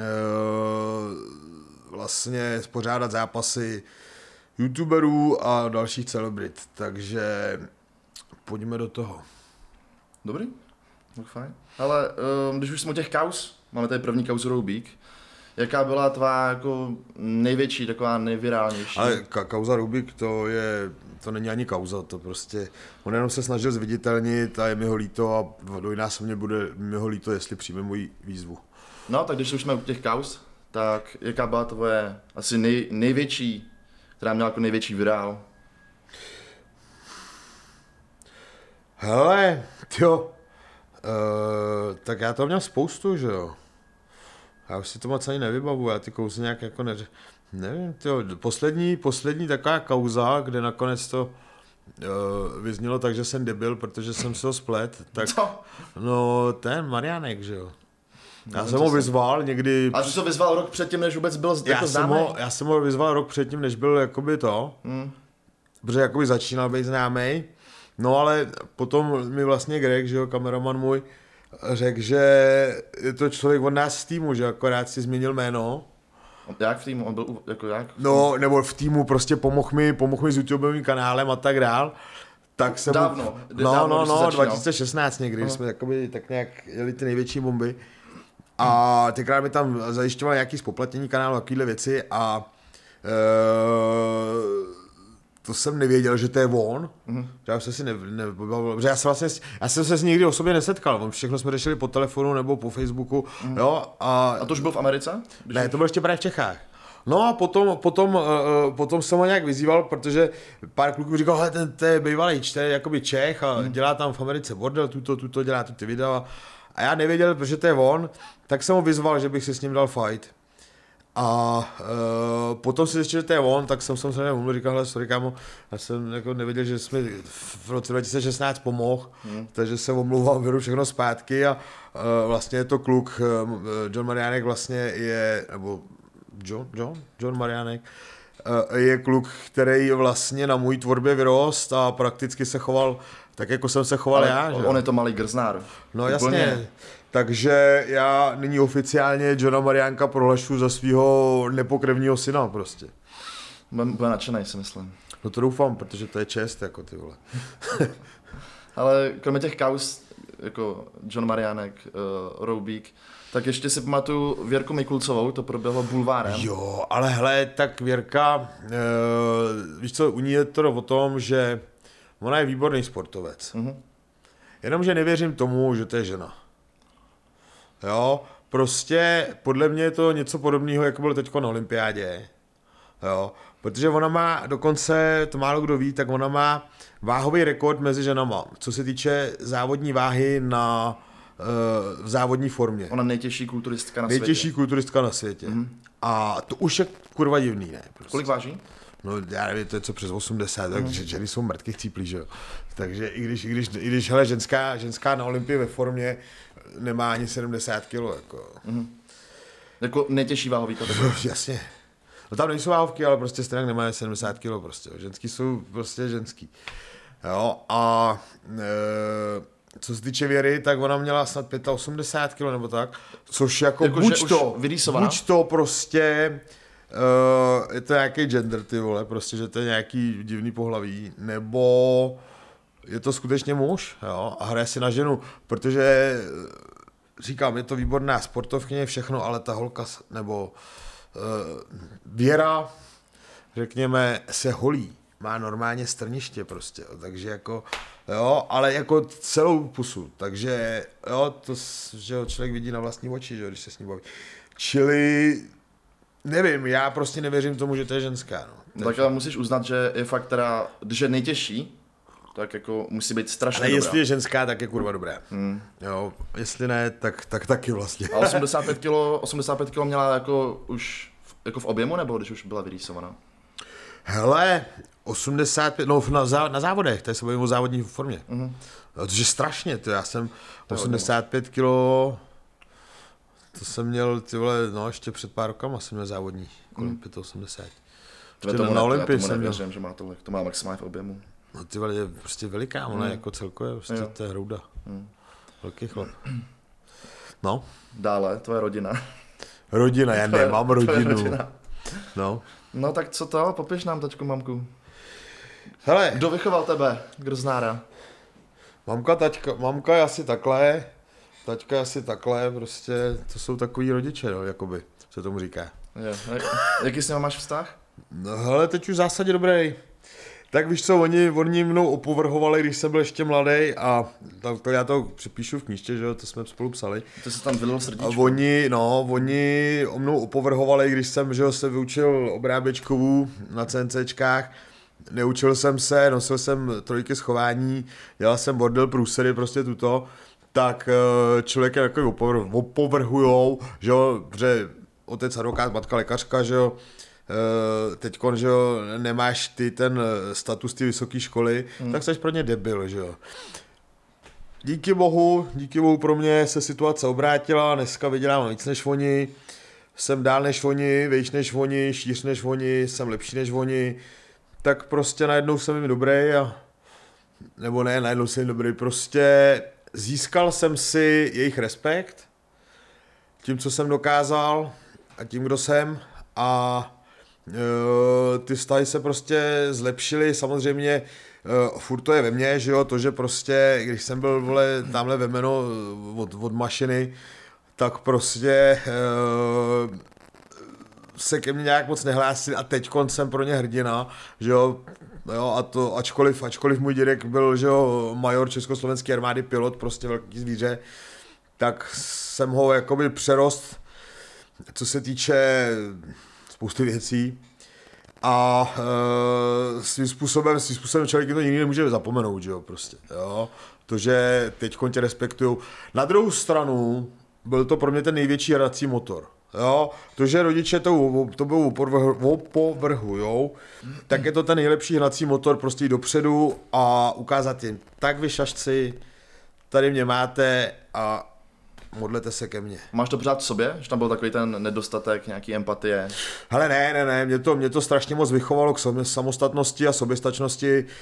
vlastně spořádat zápasy youtuberů a dalších celebrit, takže pojďme do toho. Dobrý, tak fajn. Ale um, když už jsme u těch kauz, máme tady první kauzu Roubík, jaká byla tvá jako největší, taková nejvirálnější? Ale ka- kauza Rubik, to je, to není ani kauza, to prostě, on jenom se snažil zviditelnit a je mi ho líto a dvojnásobně bude mi ho líto, jestli přijme moji výzvu. No, tak když už jsme u těch kauz, tak jaká byla tvoje asi nej, největší, která měla jako největší virál? Hele, jo, uh, tak já to měl spoustu, že jo. Já už si to moc ani nevybavu, já ty kauzy nějak jako neři... Nevím, tyjo, poslední, poslední taková kauza, kde nakonec to uh, vyznělo tak, že jsem debil, protože jsem se ho splet, tak Co? no ten Mariánek, že jo. Já No, jsem to ho jsem- vyzval někdy... A ty jsi to vyzval rok předtím, než vůbec byl Já jako jsem, známý? ho, já jsem ho vyzval rok předtím, než byl jakoby to. Hmm. protože jakoby začínal být známý. No ale potom mi vlastně Greg, že jo, kameraman můj, řekl, že je to člověk od nás z týmu, že akorát si změnil jméno. Jak v týmu? On byl jako jak? No, nebo v týmu prostě pomohl mi, pomohl mi s YouTubeovým kanálem a tak dál. Tak jsem dávno. Mu, no, dávno, no, no, dva tisíce šestnáct někdy, kdy jsme jakoby tak nějak jeli ty největší bomby. A tenkrát mi tam zajišťoval nějaký spoplatnění kanálu, takovýhle věci a e, to jsem nevěděl, že to je on. Mm-hmm. Já jsem si ne, ne, že já, jsem vlastně, já jsem se s nikdy o sobě nesetkal. Všechno jsme řešili po telefonu nebo po Facebooku. Mm-hmm. Jo, a, a to už byl v Americe? Ne, to byl ještě právě v Čechách. No a potom, potom, uh, potom jsem ho nějak vyzýval, protože pár kluků říkal, hele, ten to je bývalý čte, jakoby Čech a mm. dělá tam v Americe bordel, tuto, tuto, dělá tu ty videa. A já nevěděl, protože to je on, tak jsem ho vyzval, že bych si s ním dal fight. A uh, potom si zjistil, že to je on, tak jsem samozřejmě mu říkal, hele, sorry kámo, já jsem jako nevěděl, že jsme v roce dva tisíce šestnáct pomohl, hmm. takže se omlouvám, beru všechno zpátky a uh, vlastně je to kluk, uh, John Mariánek vlastně je, nebo John, John, John Mariánek, uh, je kluk, který vlastně na můj tvorbě vyrost a prakticky se choval tak, jako jsem se choval ale já. On že? Je to malý grznár. No Úplně. Jasně. Takže já nyní oficiálně Johna Mariánka prohlašuji za svého nepokrevního syna prostě. Bude nadšenej, si myslím. No to doufám, protože to je čest, jako ty vole. Ale kromě těch kauz, jako John Mariánek, uh, Roubík, tak ještě si pamatuju Věrku Mikulcovou, to proběhlo bulvárem. Jo, ale hele, tak Věrka, uh, víš co, u ní je to o tom, že ona je výborný sportovec. Mm-hmm. Jenomže nevěřím tomu, že to je žena. Jo, prostě podle mě je to něco podobného, jako bylo teďko na olympiádě. Jo, protože ona má, dokonce, to málo kdo ví, tak ona má váhový rekord mezi ženama, co se týče závodní váhy na uh, v závodní formě. Ona nejtěžší kulturistka na nejtěžší světě. Nejtěžší kulturistka na světě. Mm-hmm. A to už je kurva divný, ne? Prostě. Kolik váží? No já nevím, to je co přes osmdesát, mm. takže ženy jsou mrtkých cíplí, že jo. Takže i když, i když, i když hele, ženská, ženská na olympii ve formě nemá ani sedmdesát kilo, jako. Mm. Jako nejtěžší váhový kategorie. Jasně. No tam nejsou váhovky, ale prostě stejně nemají sedmdesát kilo prostě, jo. Ženský jsou prostě ženský. Jo, a e, co se týče Věry, tak ona měla snad osmdesát pět kilo nebo tak, což jako, jako buď to, buď to prostě Uh, je to nějaký gender, ty vole, prostě, že to je nějaký divný pohlaví, nebo je to skutečně muž, jo, a hraje si na ženu, protože říkám, je to výborná sportovkyně, všechno, ale ta holka, nebo uh, Věra, řekněme, se holí, má normálně strniště prostě, jo, takže jako, jo, ale jako celou pusu, takže jo, to, že ho člověk vidí na vlastní oči, že, když se s ní baví. Čili nevím, já prostě nevěřím tomu, že to je ženská. No. Tak ale musíš uznat, že je fakt teda, když je nejtěžší, tak jako musí být strašně dobrá. Ale dobrá. jestli je ženská, tak je kurva dobrá. Hmm. Jo, jestli ne, tak, tak taky vlastně. A osmdesát pět kilo, osmdesát pět kilo měla jako už jako v objemu, nebo když už byla vyrýsovaná? Hele, osmdesát pět, no na, zá, na závodech, tady se bavím o závodní formě. Mm-hmm. No, to je strašně, to já jsem to osmdesát pět kilo... To jsem měl, ty vole, no ještě před pár rokama jsem měl závodní, kolem mm. osmdesát pět. Ještě na Olympii jsem měl. Že má tohle, to má maximálně v objemu. No ty vole, je prostě veliká, ona mm. jako celkově, prostě jo. To je hrouda. Mm. Velký chlap. No. Dále, tvoje rodina. Rodina, já tvoje, nemám rodinu. Rodina. No. No tak co to, popiš nám tačku, mamku. Hele. Kdo vychoval tebe, Groznára? Mamka, taťka, mamka je asi takhle. Taťka je asi takhle, prostě to jsou takový rodiče, no, jakoby, se tomu říká. Je. Jaký s ním máš vztah? No hele, teď už v zásadě dobrý. Tak víš co, oni, oni mnou opovrhovali, když jsem byl ještě mladý a to, to já to připíšu v knížce, že jo, to jsme spolu psali. To se tam vylil srdíčko. A oni, no, oni o mnou opovrhovali, když jsem, že jo, se vyučil obráběčkovou na CNCčkách. Neučil jsem se, nosil jsem trojky schování, dělal jsem bordel, průsery, prostě tuto. Tak člověk je takový opovrhujou, že jo, protože otec advokát, matka lékařka, že jo, teďkon, že jo, nemáš ty ten status ty vysoké školy, hmm. tak jsi pro ně debil, že jo. Díky bohu, díky bohu pro mě se situace obrátila, dneska vydělám víc než oni, jsem dál než oni, vejš než oni, šíř než oni, jsem lepší než oni, tak prostě najednou jsem jim dobrý a nebo ne, najednou jsem jim dobrý, prostě získal jsem si jejich respekt tím, co jsem dokázal a tím, kdo jsem a e, ty vztahy se prostě zlepšily, samozřejmě e, furt to je ve mně, že jo, to, že prostě, když jsem byl, vole, tamhle ve jméno od, od mašiny, tak prostě e, se ke mně nějak moc nehlásili a teď jsem pro ně hrdina, že jo, jo, a to ačkoliv, ačkoliv můj dědek byl, že jo, major československé armády, pilot, prostě velký zvíře, tak jsem ho jakoby přerost, co se týče spousty věcí a e, svým způsobem, svým způsobem člověk to nikdy nemůže zapomenout, že jo, prostě, jo, to, že teď tě respektujou. Na druhou stranu byl to pro mě ten největší hrací motor. Jo, to, že rodiče to, to bylo opovrhujou, tak je to ten nejlepší hnací motor, prostě jít dopředu a ukázat jim, tak vy šašci, tady mě máte a modlete se ke mně. Máš to pořád v sobě? Že tam byl takový ten nedostatek, nějaký empatie? Hele, ne, ne, ne, mě to, mě to strašně moc vychovalo k samostatnosti a soběstačnosti. E,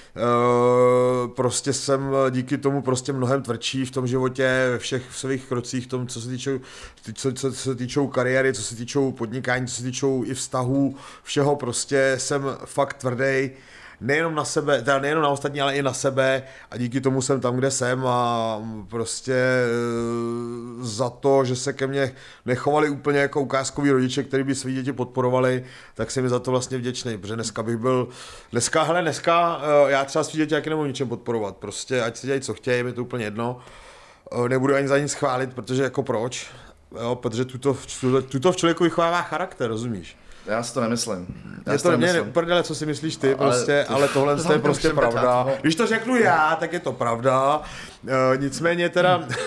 prostě jsem díky tomu prostě mnohem tvrdší v tom životě, ve všech svých krocích, v tom, co se týčou, co, co, co se týčou kariéry, co se týčou podnikání, co se týčou i vztahů, všeho prostě jsem fakt tvrdý. Nejenom na sebe, teda nejenom na ostatní, ale i na sebe a díky tomu jsem tam, kde jsem a prostě za to, že se ke mně nechovali úplně jako ukázkoví rodiče, kteří by svý děti podporovali, tak jsem mi za to vlastně vděčný, protože dneska bych byl, dneska, hele, dneska já třeba svý děti taky nemohu ničem podporovat, prostě ať si dělají, co chtějí, mi to úplně jedno, nebudu ani za nic chválit, protože jako proč, jo, protože tuto, tuto v člověku vychovává charakter, rozumíš? Já si to nemyslím. Já je to mě prdele, co si myslíš ty, ale, prostě, ale tohle to je prostě pravda. Betát, když to řeknu já, tak je to pravda. E, nicméně teda e,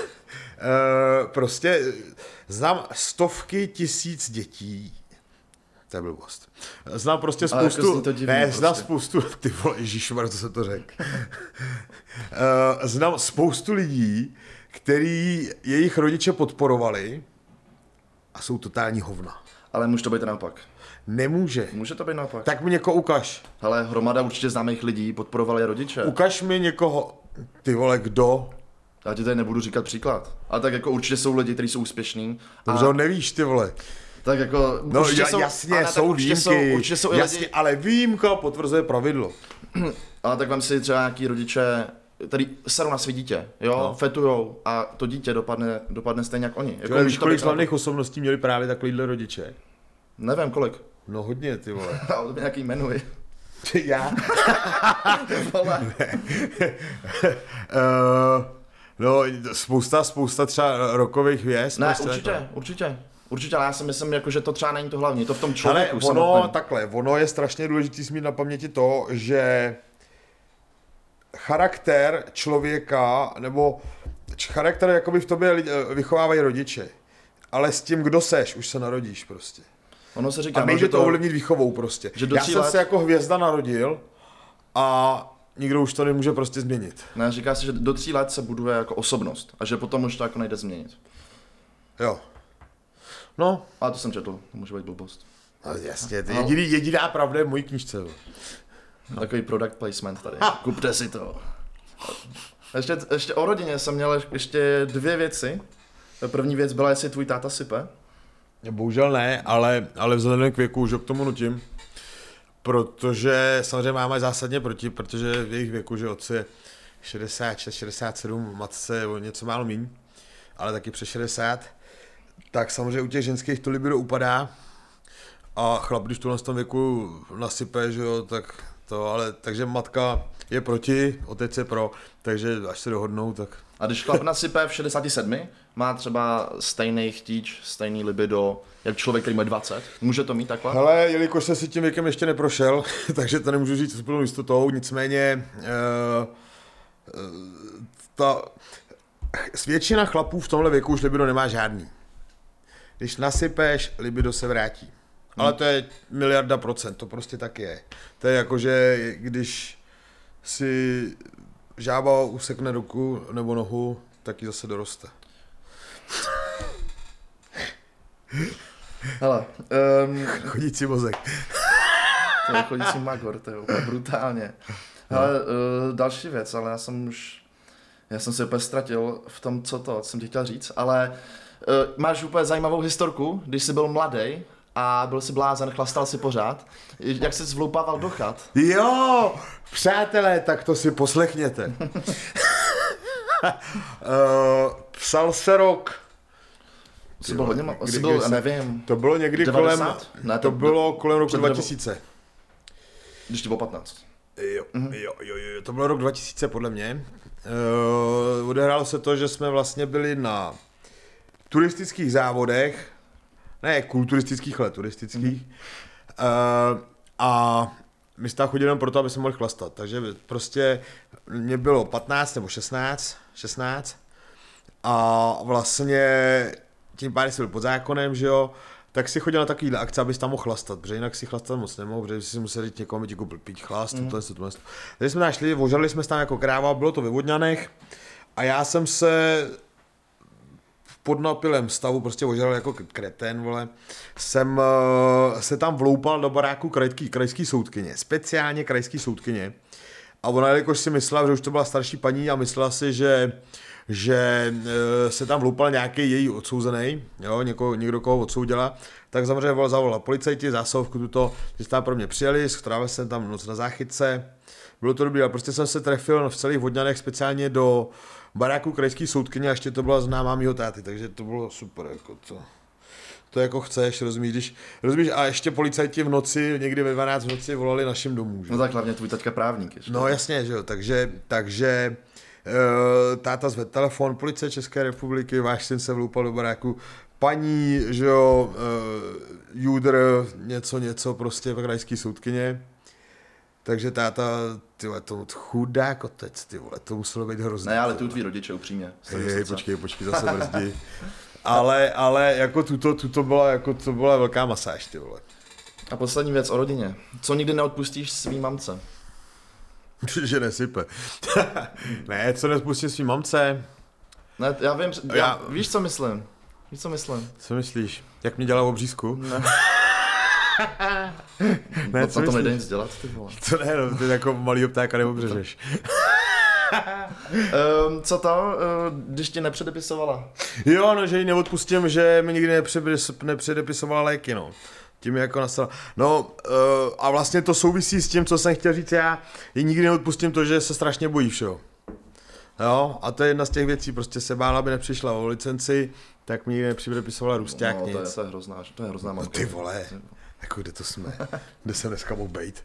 prostě znám stovky tisíc dětí. To je blbost. Znám prostě spoustu, jako to divný, ne, prostě. Znám spoustu, ty vole, ježišmar, co se to řek. e, znám spoustu lidí, který jejich rodiče podporovali a jsou totální hovna. Ale může to být naopak. Nemůže. Může to být naopak. Tak mi někoho ukaž. Hele, hromada určitě známých lidí podporovali rodiče. Ukaž mi někoho. Ty vole, kdo? Já ti tady nebudu říkat příklad. Ale tak jako určitě jsou lidi, kteří jsou úspěšní. Dobře, ho nevíš, ty vole. Tak jako... No ja, jsou, jasně, ne, jsou výjimky. Jsou, určitě jsou jasně, lidi... ale výjimka potvrzuje pravidlo. Ale tak vem si třeba nějaký rodiče, který serou na svý dítě, jo, no. Fetujou a to dítě dopadne, dopadne stejně jak oni. Jako, víš, kolik slavných osobností měli právě takovýhle rodiče? Nevím, kolik. No hodně, ty vole. Ale to by nějaký jmenuj. Já? uh, no, spousta, spousta třeba rokových hvězd. Ne, prostě určitě, to. určitě. Určitě, ale já si myslím, jako, že to třeba není to hlavní, to v tom člověku ale ono, samotném. Takhle, ono je strašně důležité mít na paměti to, že charakter člověka, nebo charakter jakoby v tobě vychovávají rodiče. Ale s tím, kdo seš, už se narodíš prostě. Ono se říká, a nejde no, to ovlivnit výchovou prostě. Já jsem let... se jako hvězda narodil a nikdo už to nemůže prostě změnit. Ne, říká se, že do tří let se buduje jako osobnost a že potom už to jako nejde změnit. Jo. No. A to jsem četl, to může být blbost. No jasně, to jediný, jediná pravda je v mojí knížce. Takový product placement tady. Ha. Kupte si to. Ještě, ještě o rodině jsem měl ještě dvě věci. První věc byla, jestli tvůj táta sype. Bohužel ne, ale, ale vzhledem k věku už ho k tomu nutím. Protože samozřejmě máma je zásadně proti, protože v jejich věku, že otci je šedesát šest šedesát sedm, matce o něco málo míň, ale taky přes šedesát. Tak samozřejmě u těch ženských to libido upadá. A chlap, když tu na tom věku nasype, že jo, tak to, ale takže matka je proti, otec je pro, takže až se dohodnou, tak... A když chlap nasype v šedesáti sedmi, má třeba stejný chtíč, stejný libido, jak člověk, který má dvacet, může to mít takhle? Hele, jelikož jsem si tím věkem ještě neprošel, takže to nemůžu říct s plnou jistotou, nicméně uh, uh, ta většina chlapů v tomhle věku už libido nemá žádný. Když nasypeš, libido se vrátí. Hmm. Ale to je miliarda procent, to prostě tak je. To je jako, že když si žába usekne ruku nebo nohu, tak ji zase doroste. Hele, um... chodící mozek. To je chodící magor, to je úplně brutálně. Ale uh, další věc, ale já jsem už, já jsem se úplně ztratil v tom, co to, co jsem ti chtěl říct, ale uh, máš úplně zajímavou historku, když jsi byl mladý a byl jsi blázen, chlastal si pořád, jak jsi zvloupával do chat. Jo, přátelé, tak to si poslechněte. uh, psal se rok. Jsi byl hodně, kdy, jsi byl, kdy nevím, to bylo někdy devadesát? kolem, Ne, to, to bylo kolem roku před dva tisíce. Když ti bylo patnáct. Jo, mm-hmm. jo, jo, jo, to bylo rok dva tisíce podle mě. Uh, odehrálo se to, že jsme vlastně byli na turistických závodech, ne kulturistických, ale turistických. Mm-hmm. Uh, a my jsme tam chodili jenom proto, aby jsme mohli chlastat. Takže prostě mě bylo patnáct nebo šestnáct, šestnáct a vlastně tím pádem jsem byl pod zákonem, že jo, tak si chodil na takovýhle akce, abys tam mohl chlastat, protože jinak si chlastat moc nemohl, protože si musel jít někomu, ti koupil pít chlast, mm. tohle, tohle. Takže jsme tam šli, ožrali jsme tam jako kráva, bylo to ve Vodňanech a já jsem se v podnapilém stavu, prostě ožral jako kreten, vole, jsem uh, se tam vloupal do baráku krajský, krajský soudkyně, speciálně krajský soudkyně. A ona, jelikož si myslela, že už to byla starší paní a myslela si, že že e, se tam vloupal nějaký její odsouzený, jo, něko, někdo koho odsoudila, tak samozřejmě zavolala policajti, zásahovku tuto, že tam pro mě přijeli, strávil jsem tam noc na záchytce, bylo to dobrý, ale prostě jsem se trefil v celých Vodňanech speciálně do baráku krajský soudkyně a ještě to byla známá mýho táty, takže to bylo super, jako to. To jako chceš, rozumíš, když, rozumíš, a ještě policajti v noci, někdy ve dvanáct v noci volali našim domů, že? No tak hlavně tvůj taťka právník ještě. No jasně, že jo, takže, takže Uh, táta zvedl telefon, policie České republiky, váš syn se vloupal do baráku, paní, že jo, uh, Judr, něco, něco, prostě v krajský soudkyně. Takže táta, ty vole, to chudák otec, ty vole, to muselo být hrozný. Ne, ale tu tví rodiče, upřímně. Hej, počkej, počkej, zase brzdí. ale, ale jako tuto, tuto byla, jako to byla velká masáž, ty vole. A poslední věc o rodině. Co nikdy neodpustíš svý mamce? Že nesype. Ne, co nespustím svým mamce? Ne, já vím, já, já... víš, co myslím? Víš, co myslím? Co myslíš? Jak mě dělá obřízku? Ne. Ne, no, co na tom nejde myslíš? nic dělat, ty vole. To ne, no, ty jako malýho ptáka neobřežeš. um, co to, uh, když ti nepředepisovala? Jo, no, že ji neodpustím, že mi nikdy nepředepisovala léky, no. Tím jako nastala. No uh, a vlastně to souvisí s tím, co jsem chtěl říct já. Ji nikdy neodpustím to, že se strašně bojí všeho. Jo, a to je jedna z těch věcí, prostě se bála, aby nepřišla o licenci, tak mi nikdy nepředepisovala Rusťák, no, nic. To je, to je hrozná, to je hrozná mamka. No ty vole, jako kde to jsme, kde jsem dneska mohl bejt.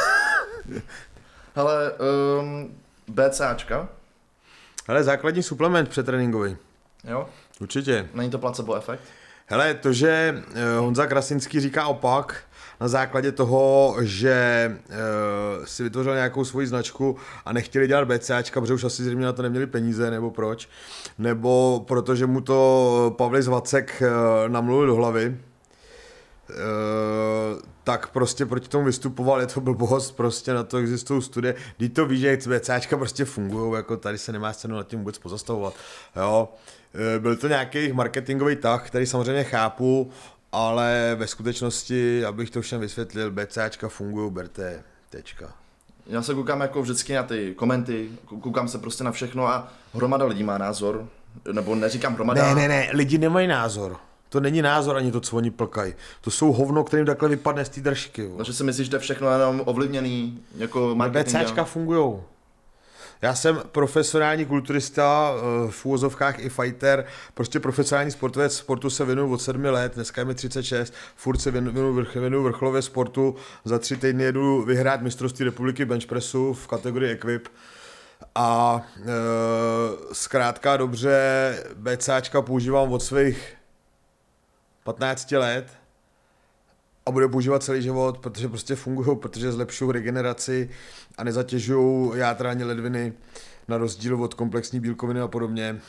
Hele, um, BCAčka? Hele, základní suplement přetréninkový. Jo? Určitě. Není to placebo efekt? Hele, to, že Honza Krasinský říká opak, na základě toho, že uh, si vytvořil nějakou svoji značku a nechtěli dělat BCAčka, protože už asi zřejmě na to neměli peníze, nebo proč, nebo protože mu to Pavlis Vacek uh, namluvil do hlavy, uh, tak prostě proti tomu vystupoval, je to blbost, prostě na to existují studie, když to ví, že BCAčka prostě fungují, jako tady se nemá cenu nad tím vůbec pozastavovat, jo. Byl to nějaký marketingový tah, který samozřejmě chápu, ale ve skutečnosti, abych to všem vysvětlil, BCAčka fungují, berte, tečka. Já se koukám jako vždycky na ty komenty, koukám se prostě na všechno a hromada lidí má názor, nebo neříkám hromada. Ne, ne, ne, lidi nemají názor. To není názor ani to, co oni plkají. To jsou hovno, kterým takhle vypadne z té držky. Takže si myslíš, že to je všechno jenom ovlivněný jako marketingem? BCAčka fungujou. Já jsem profesionální kulturista, v úvozovkách i fighter, prostě profesionální sportovec, sportu se věnuju od sedmi let, dneska je mi třicet šest, furt se věnuju, vrch, věnuju vrcholově sportu, za tři týdny jedu vyhrát mistrovství republiky benchpressu v kategorii equip a e, zkrátka dobře BCAčka používám od svých patnácti let a bude používat celý život, protože prostě fungují, protože zlepšují regeneraci a nezatěžují játra ani ledviny, na rozdíl od komplexní bílkoviny a podobně.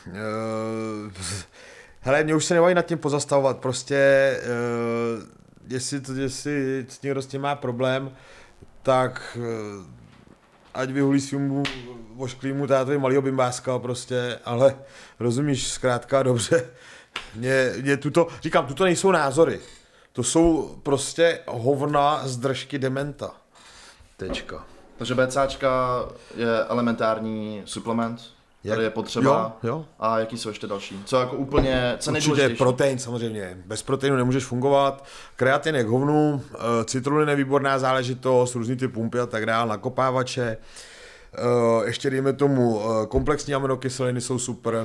Hele, mě už se nebaví nad tím pozastavovat, prostě jestli, to, jestli někdo s tím má problém, tak ať vyhulí svýmu vošklýmu tátovi malýho bimbáska prostě, ale rozumíš, zkrátka dobře, mě, mě tuto, říkám, tuto nejsou názory. To jsou prostě hovna z držky dementa. Tečka. Takže BCAčka je elementární suplement, Jak? který je potřeba. Jo, jo. A jaký jsou ještě další? Co jako úplně, co Určitě nejdůležitější? protein samozřejmě. Bez proteinu nemůžeš fungovat. Kreatin je k hovnu, citrulin je výborná záležitost, různý ty pumpy a tak dále, nakopávače. Ještě dejme tomu, komplexní aminokyseliny jsou super.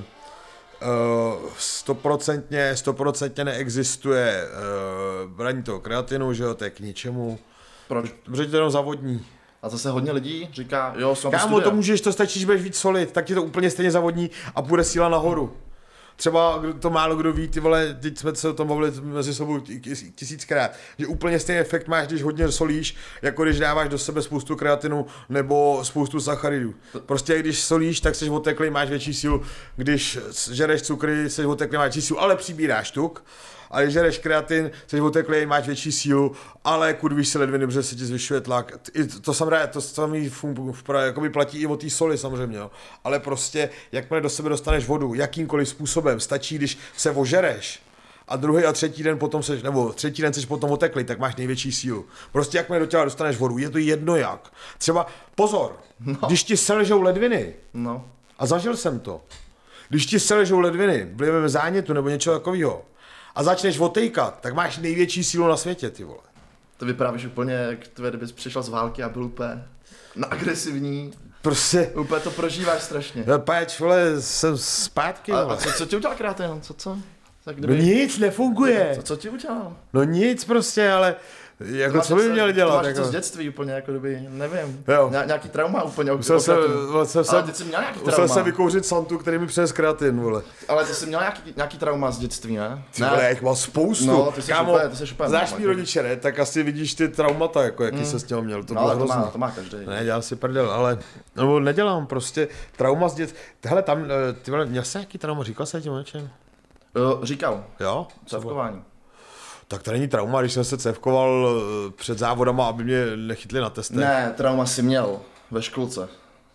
Stoprocentně, stoprocentně neexistuje braní toho kreatinu, že jo, to je k ničemu. Proč? Protože to jenom zavodní. A zase hodně lidí říká, jo, jsou to Kámo, studie. to můžeš, to stačí, že budeš víc solit, tak ti to úplně stejně zavodní a půjde síla nahoru. Třeba to málo kdo ví, ty vole, teď jsme se o tom bavili mezi sebou tisíckrát, že úplně stejný efekt máš, když hodně solíš, jako když dáváš do sebe spoustu kreatinu nebo spoustu sacharidů. Prostě když solíš, tak jsi oteklý, máš větší sílu, když žereš cukry, jsi oteklý, máš větší sílu, ale přibíráš tuk. A když žereš kreatin, jsi oteklý, máš větší sílu, ale kurvíš si ledviny, protože se ti zvyšuje tlak. I to samé, to samý jakoby platí i o té soli samozřejmě, jo. Ale prostě, jakmile do sebe dostaneš vodu, jakýmkoliv způsobem, stačí, když se ožereš a druhý a třetí den potom seš, nebo třetí den seš potom oteklý, tak máš největší sílu. Prostě jakmile do těla dostaneš vodu, je to jedno jak. Třeba, pozor, no. Když ti selžou ledviny, no. a zažil jsem to, když ti selžou ledviny, vlivem zánětu nebo něco takového, a začneš otejkat, tak máš největší sílu na světě, ty vole. To vyprávíš úplně, jak tvé, kdybys přišel z války a byl úplně na agresivní. Prostě. Úplně to prožíváš strašně. Páč, vole, jsem zpátky, A, vole. a co, co ti udělal kreatin? Co, co? Tak kdyby... No nic, nefunguje. Co, co ti udělal? No nic prostě, ale jako co by měli dělat? To máš jako... to z dětství úplně, jako kdyby, nevím, jo. Ně, nějaký trauma úplně. Musel jsem, musel ale ty jsi měl nějaký trauma. Musel jsem vykouřit Santu, který mi přines kreatin, vole. Ale ty jsi měl nějaký, nějaký trauma z dětství, ne? Ty vole, já jich mám spoustu. No, ty jsi Kámo, úplně, ty jsi úplně znáš mý rodiče, ne? Tak asi vidíš ty traumata, jako jaký mm. se s něho měl, to no, bylo ale hrozný. To má, to má každý. Ne, dělám si prdel, ale, nebo nedělám prostě, trauma z dětství. Hele, tam, ty vole, měl jsi nějaký trauma, říkal jsem ti o něčem? Uh, říkal. Jo? Cévkování. Tak to není trauma, když jsem se cévkoval před závodama, aby mě nechytli na testech. Ne, trauma si měl ve školce.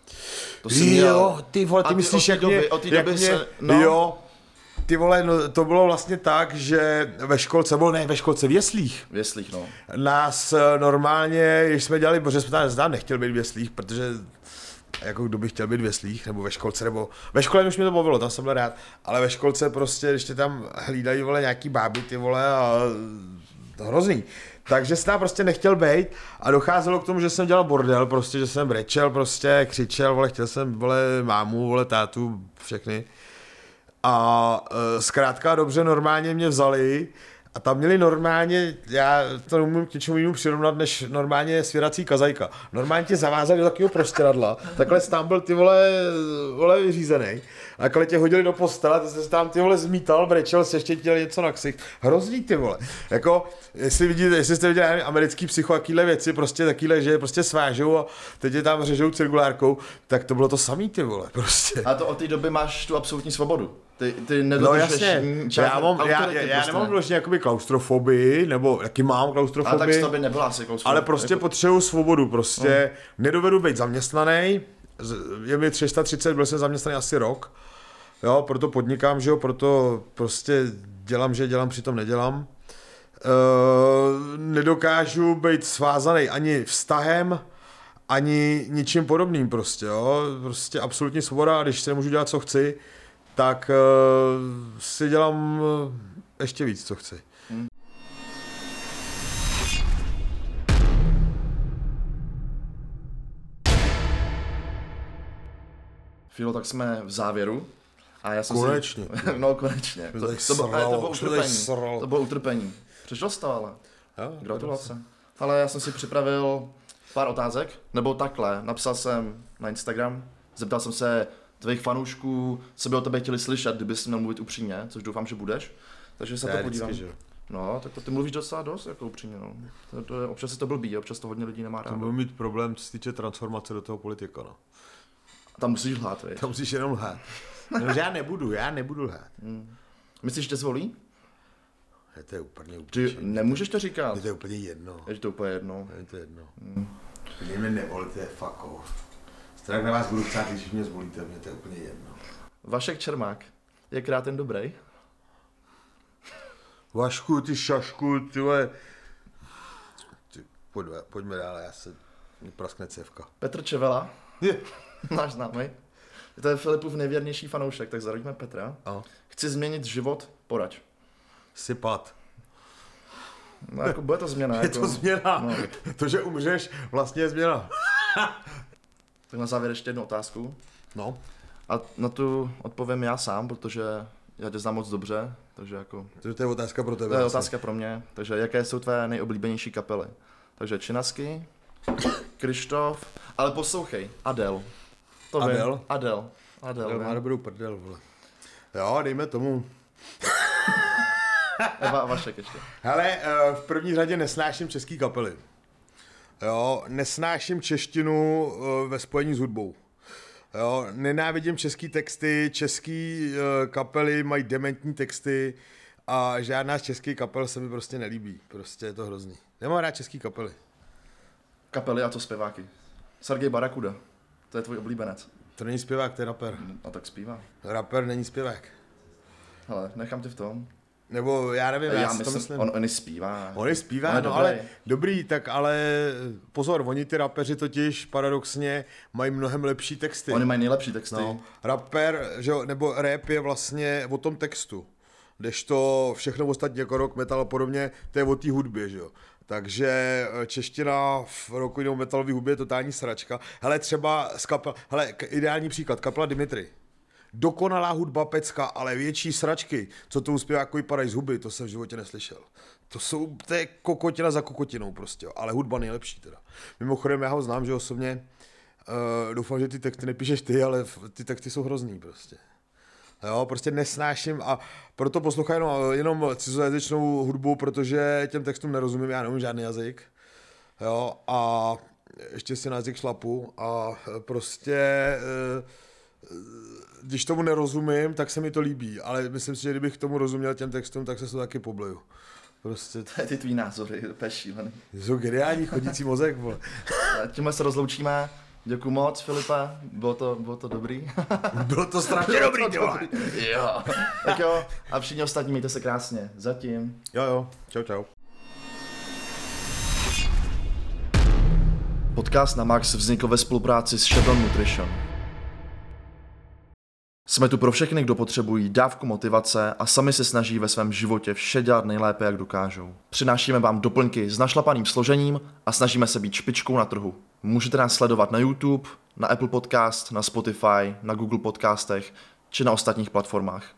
To jsi měl. Jo, ty vole, ty, ty myslíš, jak doby, mě, od té jak doby mě, se, no. Jo, ty vole, no, to bylo vlastně tak, že ve školce, bylo ne, ve školce v jeslích. V jeslích, no. Nás normálně, když jsme dělali, protože jsme tam zdá, nechtěl být v jeslích, protože jako kdo by chtěl být v jeslích, nebo ve školce, nebo ve škole už mi to bavilo, tam jsem byl rád, ale ve školce prostě, když tě tam hlídají, vole, nějaký báby, ty vole, a to hrozný. Takže jsem tam prostě nechtěl být a docházelo k tomu, že jsem dělal bordel, prostě, že jsem brečel, prostě křičel, vole, chtěl jsem, vole, mámu, vole, tátu, všechny. A e, zkrátka dobře, normálně mě vzali a tam měli normálně, já to nemůžu k něčemu jinému přirovnat, než normálně svěrací kazajka. Normálně tě zavázali do takového prostěradla, takhle jsi tam byl ty vole, vole vyřízený. A takhle tě hodili do postele, ty jsi tam ty vole zmítal, brečel, se ještě dělal něco na ksich. Hrozný ty vole. Jako, jestli vidíte, jestli jste viděli americký psycho, jakýhle věci, prostě takýhle, že prostě svážou a teď je tam řežou cirkulárkou, tak to bylo to samý ty vole, prostě. A to od té doby máš tu absolutní svobodu. Ty, ty no jasně, já, mám, já, já, já nemám vlastně jakoby klaustrofobii, nebo jaký mám klaustrofobii. A tak to by nebyla asi klaustrofobie. Ale prostě jako... potřebuju svobodu, prostě mm. nedovedu být zaměstnaný, je mi tři sta třicet, byl jsem zaměstnaný asi rok, jo, proto podnikám, že jo, proto prostě dělám, že dělám, přitom nedělám. E, nedokážu být svázaný ani vztahem, ani ničím podobným prostě, jo, prostě absolutní svoboda a když se nemůžu dělat, co chci, tak uh, si dělám uh, ještě víc, co chci. Hmm. Filo, tak jsme v závěru. A já jsem konečně. Si... no, konečně. To, to, to, bylo, to bylo utrpení. To bylo utrpení. Přešel jsi to ale. Jo, gratulace. Ale já jsem si připravil pár otázek, nebo takhle. Napsal jsem na Instagram, zeptal jsem se tvých fanoušků, co by o tebe chtěli slyšet, kdybys měl mluvit upřímně, což doufám, že budeš. Takže se já to podívám. Vždycky, že? No, tak to ty mluvíš docela dost, jako upřímně, no. To, to je, občas je to blbý, občas to hodně lidí nemá rád. To budu mít problém, co se týče transformace do toho politika, no. A tam musíš lhát, viď? Tam musíš jenom lhát. No, že já nebudu, já nebudu lhát. Hmm. Myslíš, že tě zvolí? Je to je úplně úplně. Ty nemůžeš to říkat. Je to úplně jedno. Je to úplně jedno. Je to jedno. Hmm. Když mě nevolíte, fuck off. Strach na vás budu chcát, když mě zvolíte, mě to je úplně jedno. Vašek Čermák, je kreatin dobrý? Vašku, ty šašku, ty vole. Ty, pojďme, pojďme dál, já se mi praskne cévka. Petr Čevela, náš známý. To je Filipův nejvěrnější fanoušek, tak zarodíme Petra. Ano. Chci změnit život, poraď. Sypat. No, jako bude to změna. Je jako, to změna. No. To, že umřeš, vlastně je změna. Tak na závěr ještě jednu otázku. No. A na tu odpovím já sám, protože já tě znám moc dobře, takže jako... To, to je otázka pro tebe. To je asi. otázka pro mě, takže jaké jsou tvé nejoblíbenější kapely? Takže Činasky, Krištof, ale poslouchej, Adele. To vím. Adele? Adele. Adele, Adele má vím. dobrou prdel, vole. Jo, dejme tomu. Eva Vašek ještě. Hele, eh, v první řadě nesnáším český kapely. Jo, nesnáším češtinu eh, ve spojení s hudbou. Jo, nenávidím český texty, český eh, kapely mají dementní texty a žádná z českých kapel se mi prostě nelíbí. Prostě je to hrozný. Nemám rád český kapely. Kapely a to zpěváky. Sergej Barakuda, to je tvůj oblíbenec. To není zpěvák, to je rapper. A tak zpívá. Rapper není zpěvák. Hele, nechám tě v tom. Nebo já nevím, já, Já si myslím, to myslím. on, on i zpívá. On je zpívá, On je no dobrý. ale dobrý, tak ale pozor, oni ty rapeři totiž paradoxně mají mnohem lepší texty. Oni mají nejlepší texty. No, rapper, že jo, nebo rap je vlastně o tom textu. Kdežto všechno ostatní jako rock, metal a podobně, to je o té hudbě, že jo. Takže čeština v rocku nebo metalové hudbě je totální sračka. Hele, třeba z kapel, hele, ideální příklad, kapela Dimitri. Dokonalá hudba, pecka, ale větší sračky, co to zpěváku vypadají z huby, to jsem v životě neslyšel. To jsou, to je kokotina za kokotinou prostě, ale hudba nejlepší teda. Mimochodem, já ho znám, že osobně, uh, doufám, že ty texty nepíšeš ty, ale ty texty jsou hrozný prostě. Jo, prostě nesnáším a proto poslouchám jenom, jenom cizojazyčnou hudbu, protože těm textům nerozumím, já nevím žádný jazyk. Jo, a ještě si na jazyk šlapu a prostě... Uh, když tomu nerozumím, tak se mi to líbí, ale myslím si, že kdybych tomu rozuměl těm textům, tak se to taky pobleju. Prostě... To je ty tvý názory, to je šílený. Jsou geniální chodící mozek, vole. Tímhle se rozloučíme. Děkuju moc, Filipe, bylo to, bylo to dobrý. Bylo to strašně dobrý, ty vole. Jo. Tak jo, a všichni ostatní mějte se krásně. Zatím. Jo, jo, čau, čau. Podcast na Max vznikl ve spolupráci s Chevron Nutrition. Jsme tu pro všechny, kdo potřebují dávku motivace a sami se snaží ve svém životě vše dělat nejlépe, jak dokážou. Přinášíme vám doplňky s našlapaným složením a snažíme se být špičkou na trhu. Můžete nás sledovat na YouTube, na Apple Podcast, na Spotify, na Google Podcastech či na ostatních platformách.